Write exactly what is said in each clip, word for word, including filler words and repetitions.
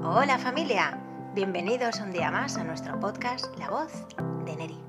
Hola familia, bienvenidos un día más a nuestro podcast La Voz de Neri.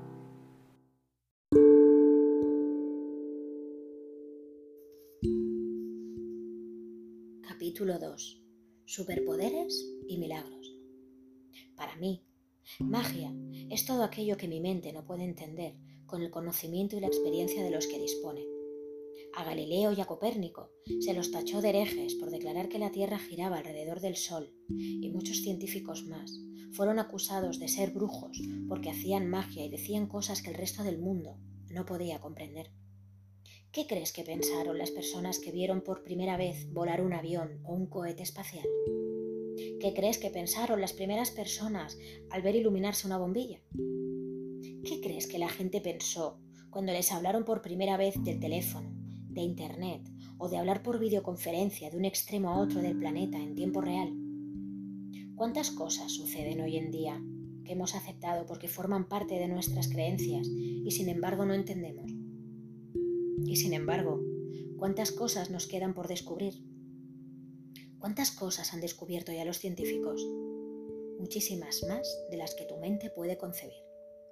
Capítulo dos. Superpoderes y milagros. Para mí, magia es todo aquello que mi mente no puede entender con el conocimiento y la experiencia de los que dispone. A Galileo y a Copérnico se los tachó de herejes por declarar que la Tierra giraba alrededor del Sol, y muchos científicos más fueron acusados de ser brujos porque hacían magia y decían cosas que el resto del mundo no podía comprender. ¿Qué crees que pensaron las personas que vieron por primera vez volar un avión o un cohete espacial? ¿Qué crees que pensaron las primeras personas al ver iluminarse una bombilla? ¿Qué crees que la gente pensó cuando les hablaron por primera vez del teléfono, de internet o de hablar por videoconferencia de un extremo a otro del planeta en tiempo real? ¿Cuántas cosas suceden hoy en día que hemos aceptado porque forman parte de nuestras creencias y sin embargo no entendemos? Y sin embargo, ¿cuántas cosas nos quedan por descubrir? ¿Cuántas cosas han descubierto ya los científicos? Muchísimas más de las que tu mente puede concebir.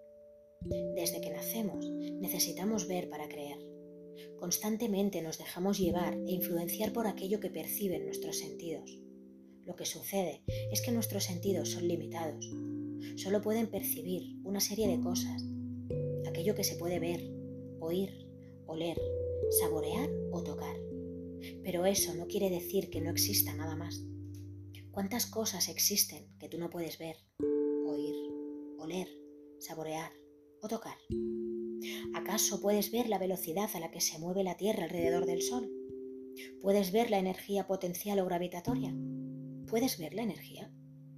Desde que nacemos, necesitamos ver para creer. Constantemente nos dejamos llevar e influenciar por aquello que perciben nuestros sentidos. Lo que sucede es que nuestros sentidos son limitados. Solo pueden percibir una serie de cosas. Aquello que se puede ver, oír, oler, saborear o tocar. Pero eso no quiere decir que no exista nada más. ¿Cuántas cosas existen que tú no puedes ver, oír, oler, saborear o tocar? ¿Acaso puedes ver la velocidad a la que se mueve la Tierra alrededor del Sol? ¿Puedes ver la energía potencial o gravitatoria? ¿Puedes ver la energía?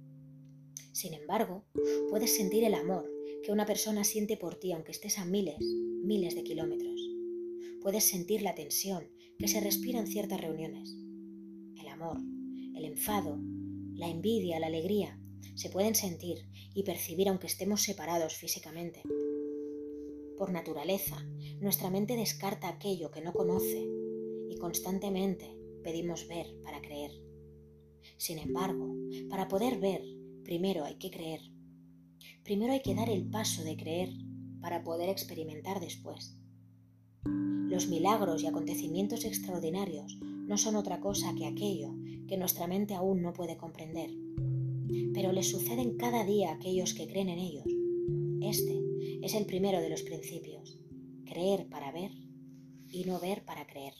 Sin embargo, puedes sentir el amor que una persona siente por ti aunque estés a miles, miles de kilómetros. Puedes sentir la tensión que se respira en ciertas reuniones. El amor, el enfado, la envidia, la alegría se pueden sentir y percibir aunque estemos separados físicamente. Por naturaleza, nuestra mente descarta aquello que no conoce y constantemente pedimos ver para creer. Sin embargo, para poder ver, primero hay que creer. Primero hay que dar el paso de creer para poder experimentar después. Los milagros y acontecimientos extraordinarios no son otra cosa que aquello que nuestra mente aún no puede comprender. Pero les suceden cada día a aquellos que creen en ellos. Este es el primero de los principios: creer para ver y no ver para creer.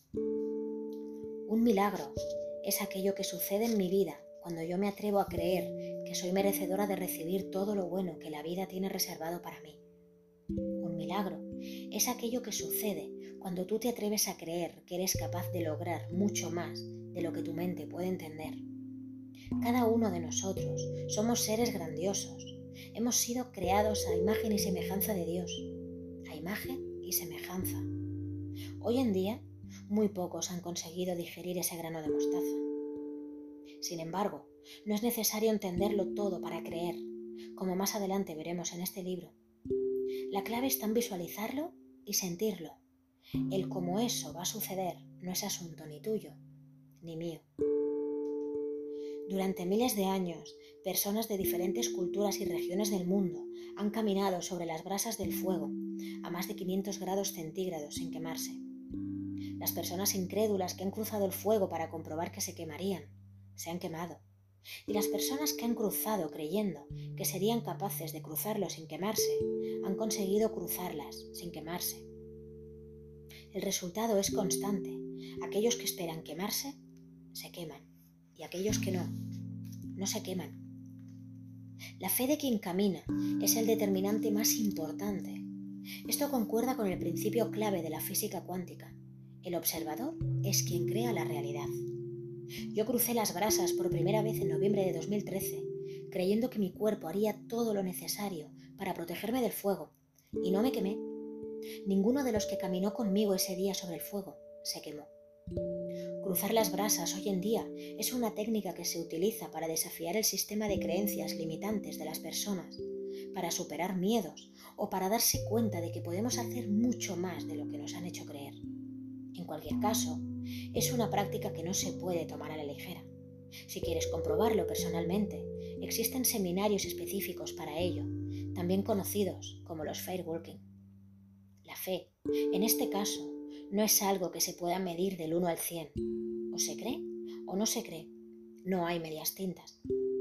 Un milagro es aquello que sucede en mi vida cuando yo me atrevo a creer que soy merecedora de recibir todo lo bueno que la vida tiene reservado para mí. Un milagro es aquello que sucede cuando tú te atreves a creer que eres capaz de lograr mucho más de lo que tu mente puede entender. Cada uno de nosotros somos seres grandiosos. Hemos sido creados a imagen y semejanza de Dios. A imagen y semejanza. Hoy en día, muy pocos han conseguido digerir ese grano de mostaza. Sin embargo, no es necesario entenderlo todo para creer, como más adelante veremos en este libro. La clave está en visualizarlo y sentirlo. El cómo eso va a suceder no es asunto ni tuyo, ni mío. Durante miles de años, personas de diferentes culturas y regiones del mundo han caminado sobre las brasas del fuego a más de quinientos grados centígrados sin quemarse. Las personas incrédulas que han cruzado el fuego para comprobar que se quemarían, se han quemado. Y las personas que han cruzado creyendo que serían capaces de cruzarlo sin quemarse, han conseguido cruzarlas sin quemarse. El resultado es constante. Aquellos que esperan quemarse, se queman. Y aquellos que no, no se queman. La fe de quien camina es el determinante más importante. Esto concuerda con el principio clave de la física cuántica. El observador es quien crea la realidad. Yo crucé las brasas por primera vez en noviembre de dos mil trece, creyendo que mi cuerpo haría todo lo necesario para protegerme del fuego, y no me quemé. Ninguno de los que caminó conmigo ese día sobre el fuego se quemó. Cruzar las brasas hoy en día es una técnica que se utiliza para desafiar el sistema de creencias limitantes de las personas, para superar miedos o para darse cuenta de que podemos hacer mucho más de lo que nos han hecho creer. En cualquier caso, es una práctica que no se puede tomar a la ligera. Si quieres comprobarlo personalmente, existen seminarios específicos para ello, también conocidos como los Firewalking. La fe, en este caso, no es algo que se pueda medir del uno al cien. O se cree o no se cree. No hay medias tintas.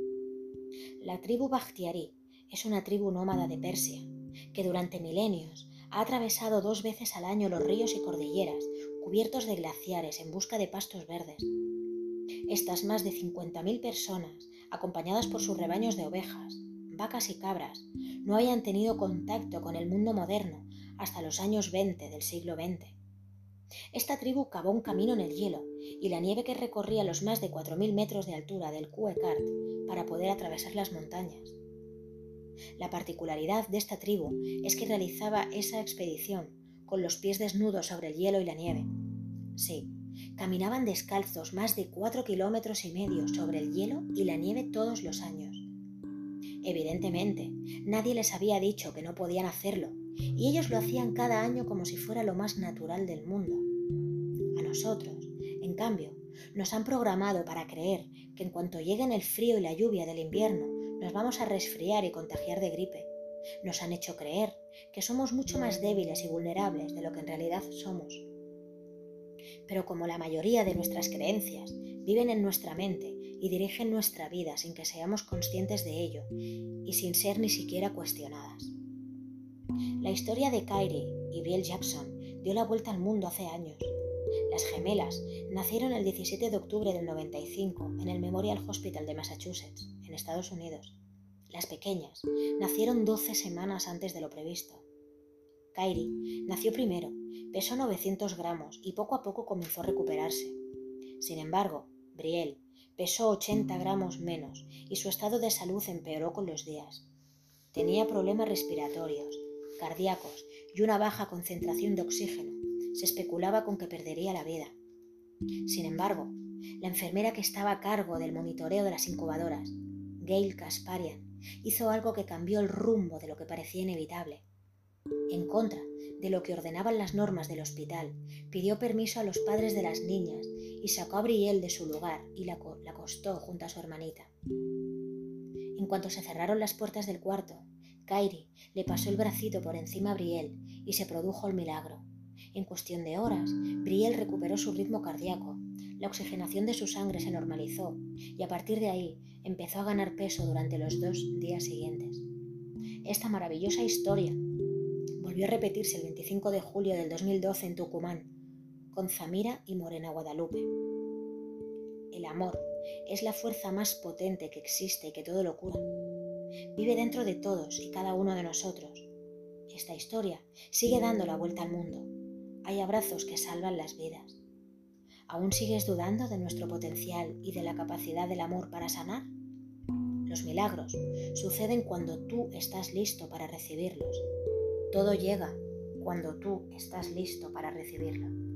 La tribu Bakhtiari es una tribu nómada de Persia que durante milenios ha atravesado dos veces al año los ríos y cordilleras cubiertos de glaciares en busca de pastos verdes. Estas más de cincuenta mil personas, acompañadas por sus rebaños de ovejas, vacas y cabras, no habían tenido contacto con el mundo moderno hasta los años veinte del siglo veinte. Esta tribu cavó un camino en el hielo y la nieve que recorría los más de cuatro mil metros de altura del Kuekart para poder atravesar las montañas. La particularidad de esta tribu es que realizaba esa expedición con los pies desnudos sobre el hielo y la nieve. Sí, caminaban descalzos más de cuatro kilómetros y medio sobre el hielo y la nieve todos los años. Evidentemente, nadie les había dicho que no podían hacerlo, y ellos lo hacían cada año como si fuera lo más natural del mundo. A nosotros, en cambio, nos han programado para creer que en cuanto lleguen el frío y la lluvia del invierno, nos vamos a resfriar y contagiar de gripe. Nos han hecho creer que somos mucho más débiles y vulnerables de lo que en realidad somos. Pero como la mayoría de nuestras creencias viven en nuestra mente y dirigen nuestra vida sin que seamos conscientes de ello y sin ser ni siquiera cuestionadas. La historia de Kyrie y Brielle Jackson dio la vuelta al mundo hace años. Las gemelas nacieron el diecisiete de octubre del noventa y cinco en el Memorial Hospital de Massachusetts, en Estados Unidos. Las pequeñas nacieron doce semanas antes de lo previsto. Kyrie nació primero, pesó novecientos gramos y poco a poco comenzó a recuperarse. Sin embargo, Brielle pesó ochenta gramos menos y su estado de salud empeoró con los días. Tenía problemas respiratorios, cardíacos y una baja concentración de oxígeno. Se especulaba con que perdería la vida. Sin embargo, la enfermera que estaba a cargo del monitoreo de las incubadoras, Gail Kasparian, hizo algo que cambió el rumbo de lo que parecía inevitable. En contra de lo que ordenaban las normas del hospital, pidió permiso a los padres de las niñas y sacó a Brielle de su lugar y la, la acostó junto a su hermanita. En cuanto se cerraron las puertas del cuarto, Kyrie le pasó el bracito por encima a Brielle y se produjo el milagro. En cuestión de horas, Brielle recuperó su ritmo cardíaco, la oxigenación de su sangre se normalizó y a partir de ahí empezó a ganar peso durante los dos días siguientes. Esta maravillosa historia volvió a repetirse el veinticinco de julio del dos mil doce en Tucumán, con Zamira y Morena Guadalupe. El amor es la fuerza más potente que existe y que todo lo cura. Vive dentro de todos y cada uno de nosotros. Esta historia sigue dando la vuelta al mundo. Hay abrazos que salvan las vidas. ¿Aún sigues dudando de nuestro potencial y de la capacidad del amor para sanar? Los milagros suceden cuando tú estás listo para recibirlos. Todo llega cuando tú estás listo para recibirlo.